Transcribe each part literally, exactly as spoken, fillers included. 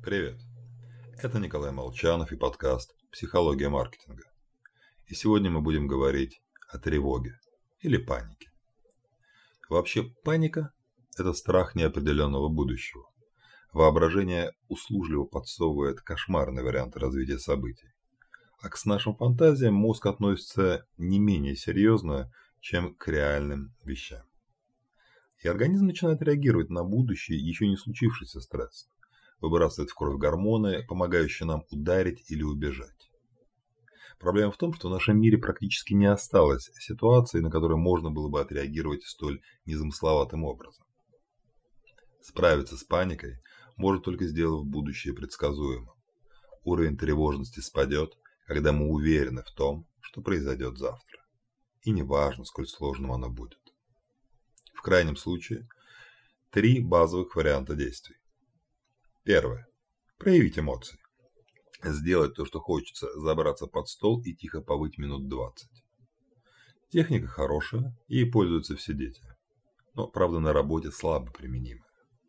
Привет! Это Николай Молчанов и подкаст «Психология маркетинга». И сегодня мы будем говорить о тревоге или панике. Вообще паника – это страх неопределенного будущего. Воображение услужливо подсовывает кошмарные варианты развития событий. А к нашим фантазиям мозг относится не менее серьезно, чем к реальным вещам. И организм начинает реагировать на будущее еще не случившийся стресс. Выбрасывает в кровь гормоны, помогающие нам ударить или убежать. Проблема в том, что в нашем мире практически не осталось ситуаций, на которые можно было бы отреагировать столь незамысловатым образом. Справиться с паникой можно только сделав будущее предсказуемым. Уровень тревожности спадет, когда мы уверены в том, что произойдет завтра. И неважно, сколь сложным оно будет. В крайнем случае, три базовых варианта действий. Первое. Проявить эмоции. Сделать то, что хочется, забраться под стол и тихо повыть минут двадцать. Техника хорошая и пользуются все дети. Но, правда, на работе слабо применимая.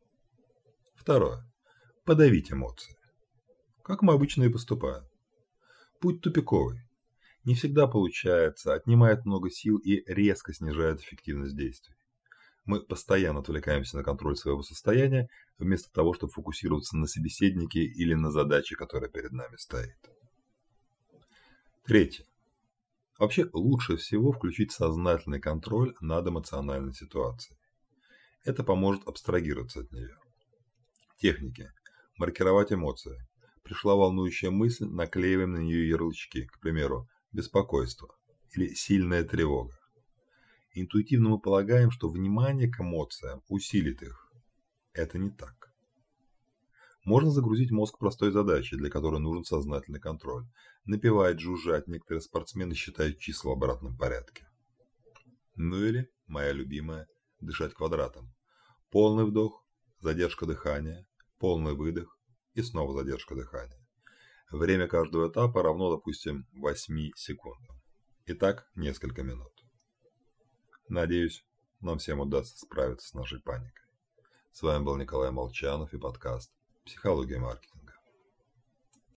Второе. Подавить эмоции. Как мы обычно и поступаем. Путь тупиковый. Не всегда получается, отнимает много сил и резко снижает эффективность действий. Мы постоянно отвлекаемся на контроль своего состояния, вместо того, чтобы фокусироваться на собеседнике или на задаче, которая перед нами стоит. Третье. Вообще лучше всего включить сознательный контроль над эмоциональной ситуацией. Это поможет абстрагироваться от нее. Техники. Маркировать эмоции. Пришла волнующая мысль, наклеиваем на нее ярлычки, к примеру, беспокойство или сильная тревога. Интуитивно мы полагаем, что внимание к эмоциям усилит их. Это не так. Можно загрузить мозг простой задачей, для которой нужен сознательный контроль. Напевать, жужжать, некоторые спортсмены считают числа в обратном порядке. Ну или, моя любимая, дышать квадратом. Полный вдох, задержка дыхания, полный выдох и снова задержка дыхания. Время каждого этапа равно, допустим, восьми секундам. Итак, несколько минут. Надеюсь, нам всем удастся справиться с нашей паникой. С вами был Николай Молчанов и подкаст «Психология маркетинга».